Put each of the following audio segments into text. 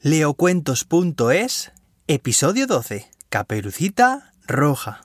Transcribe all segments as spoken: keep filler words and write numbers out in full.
Leocuentos punto es, episodio doce, Caperucita Roja.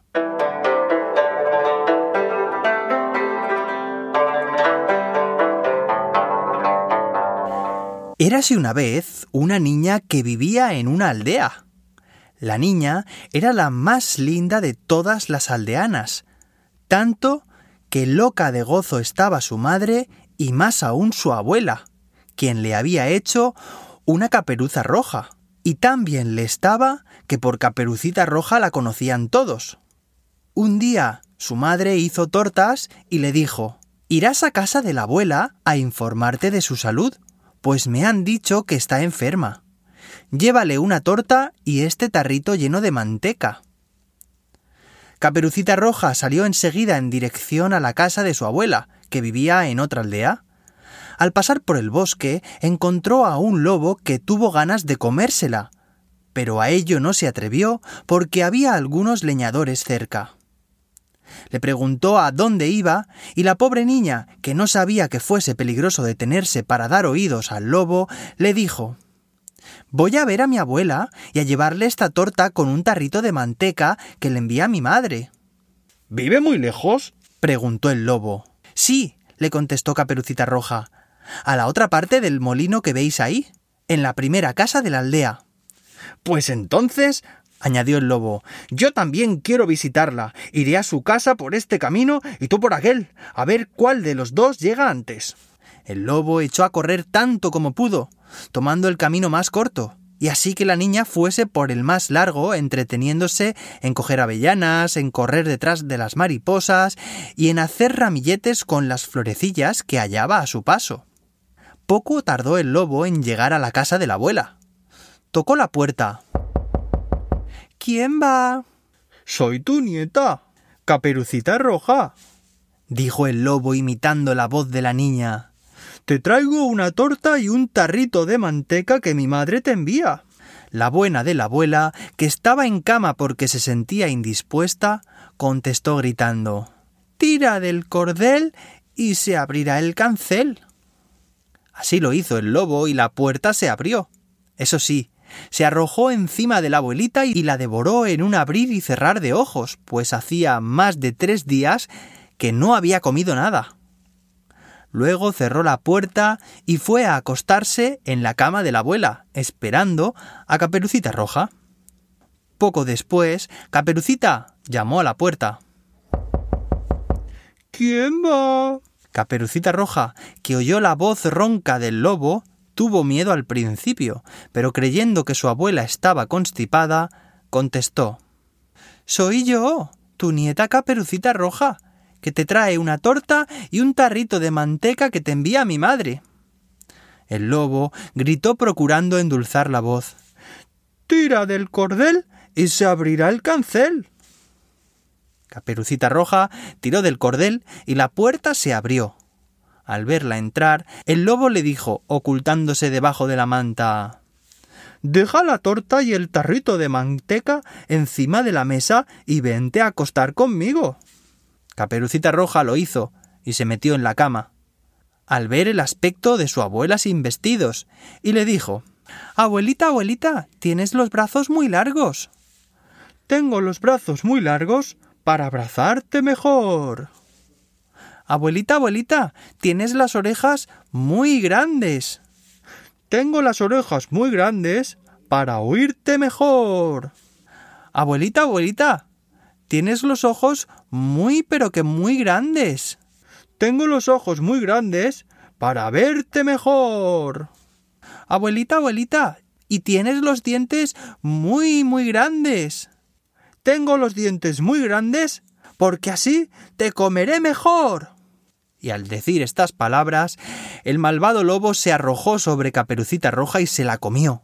Érase una vez una niña que vivía en una aldea. La niña era la más linda de todas las aldeanas, tanto que loca de gozo estaba su madre y más aún su abuela, quien le había hecho una caperuza roja, y tan bien le estaba que por Caperucita Roja la conocían todos. Un día su madre hizo tortas y le dijo: «Irás a casa de la abuela a informarte de su salud, pues me han dicho que está enferma. Llévale una torta y este tarrito lleno de manteca». Caperucita Roja salió enseguida en dirección a la casa de su abuela, que vivía en otra aldea. Al pasar por el bosque, encontró a un lobo que tuvo ganas de comérsela, pero a ello no se atrevió porque había algunos leñadores cerca. Le preguntó a dónde iba y la pobre niña, que no sabía que fuese peligroso detenerse para dar oídos al lobo, le dijo: «Voy a ver a mi abuela y a llevarle esta torta con un tarrito de manteca que le envía mi madre». ¿Vive muy lejos?, preguntó el lobo. «Sí», le contestó Caperucita Roja, «a la otra parte del molino que veis ahí, en la primera casa de la aldea». «Pues entonces», añadió el lobo, «yo también quiero visitarla. Iré a su casa por este camino y tú por aquel, a ver cuál de los dos llega antes». El lobo echó a correr tanto como pudo, tomando el camino más corto, y así que la niña fuese por el más largo, entreteniéndose en coger avellanas, en correr detrás de las mariposas y en hacer ramilletes con las florecillas que hallaba a su paso. Poco tardó el lobo en llegar a la casa de la abuela. Tocó la puerta. «¿Quién va?» «Soy tu nieta, Caperucita Roja», dijo el lobo imitando la voz de la niña. «Te traigo una torta y un tarrito de manteca que mi madre te envía». La buena de la abuela, que estaba en cama porque se sentía indispuesta, contestó gritando: «Tira del cordel y se abrirá el cancel». Así lo hizo el lobo y la puerta se abrió. Eso sí, se arrojó encima de la abuelita y la devoró en un abrir y cerrar de ojos, pues hacía más de tres días que no había comido nada. Luego cerró la puerta y fue a acostarse en la cama de la abuela, esperando a Caperucita Roja. Poco después, Caperucita llamó a la puerta. «¿Quién va?» Caperucita Roja, que oyó la voz ronca del lobo, tuvo miedo al principio, pero creyendo que su abuela estaba constipada, contestó: «Soy yo, tu nieta Caperucita Roja, que te trae una torta y un tarrito de manteca que te envía mi madre». El lobo gritó procurando endulzar la voz: «Tira del cordel y se abrirá el cancel». Caperucita Roja tiró del cordel y la puerta se abrió. Al verla entrar, el lobo le dijo, ocultándose debajo de la manta: «Deja la torta y el tarrito de manteca encima de la mesa y vente a acostar conmigo». Caperucita Roja lo hizo y se metió en la cama, al ver el aspecto de su abuela sin vestidos, y le dijo: «Abuelita, abuelita, tienes los brazos muy largos». «Tengo los brazos muy largos para abrazarte mejor». «Abuelita, abuelita, tienes las orejas muy grandes». «Tengo las orejas muy grandes para oírte mejor». «Abuelita, abuelita, tienes los ojos muy pero que muy grandes». «Tengo los ojos muy grandes para verte mejor». «Abuelita, abuelita, y tienes los dientes muy muy grandes». «Tengo los dientes muy grandes porque así te comeré mejor». Y al decir estas palabras, el malvado lobo se arrojó sobre Caperucita Roja y se la comió.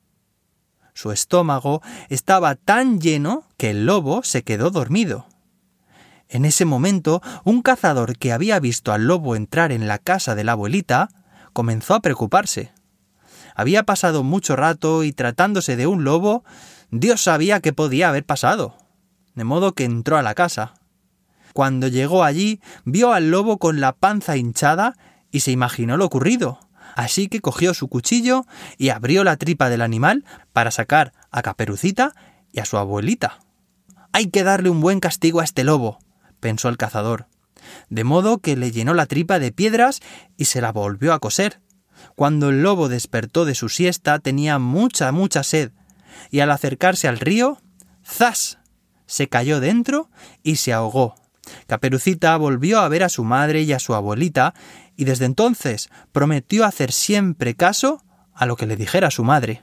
Su estómago estaba tan lleno que el lobo se quedó dormido. En ese momento, un cazador que había visto al lobo entrar en la casa de la abuelita comenzó a preocuparse. Había pasado mucho rato y, tratándose de un lobo, Dios sabía qué podía haber pasado, de modo que entró a la casa. Cuando llegó allí, vio al lobo con la panza hinchada y se imaginó lo ocurrido, así que cogió su cuchillo y abrió la tripa del animal para sacar a Caperucita y a su abuelita. «Hay que darle un buen castigo a este lobo», pensó el cazador, de modo que le llenó la tripa de piedras y se la volvió a coser. Cuando el lobo despertó de su siesta tenía mucha, mucha sed, y al acercarse al río, ¡zas!, se cayó dentro y se ahogó. Caperucita volvió a ver a su madre y a su abuelita, y desde entonces prometió hacer siempre caso a lo que le dijera su madre.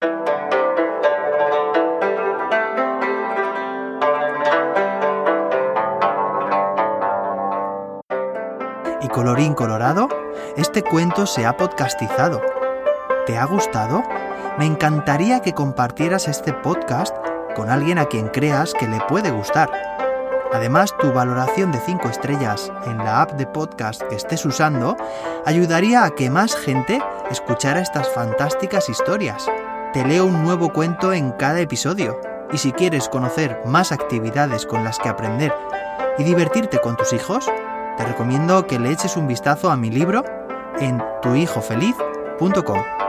Y colorín colorado, este cuento se ha podcastizado. ¿Te ha gustado? Me encantaría que compartieras este podcast con alguien a quien creas que le puede gustar. Además, tu valoración de cinco estrellas en la app de podcast que estés usando ayudaría a que más gente escuchara estas fantásticas historias. Te leo un nuevo cuento en cada episodio. Y si quieres conocer más actividades con las que aprender y divertirte con tus hijos, te recomiendo que le eches un vistazo a mi libro en tu hijo feliz punto com.